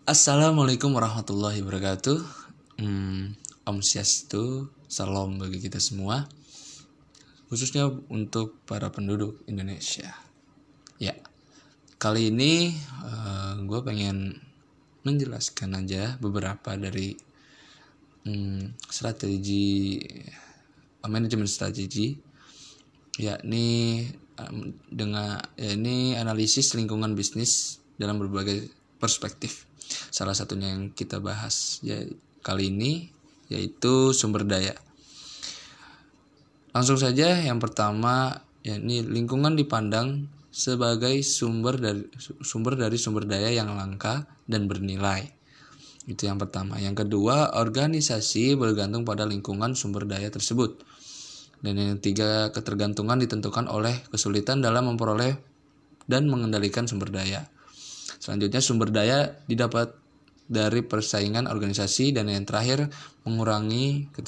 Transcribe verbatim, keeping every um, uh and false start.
Assalamualaikum warahmatullahi wabarakatuh. hmm, Om Swastiastu, salam bagi kita semua, khususnya untuk para penduduk Indonesia. Ya, kali ini uh, gue pengen menjelaskan aja beberapa dari hmm, strategi manajemen strategi, yakni um, dengan yakni analisis lingkungan bisnis dalam berbagai perspektif. Salah satunya yang kita bahas ya kali ini yaitu sumber daya. Langsung saja, yang pertama yakni lingkungan dipandang sebagai sumber dari sumber dari sumber daya yang langka dan bernilai. Itu yang pertama. Yang kedua, organisasi bergantung pada lingkungan sumber daya tersebut. Dan yang ketiga, ketergantungan ditentukan oleh kesulitan dalam memperoleh dan mengendalikan sumber daya. Selanjutnya, sumber daya didapat dari persaingan organisasi, dan yang terakhir, mengurangi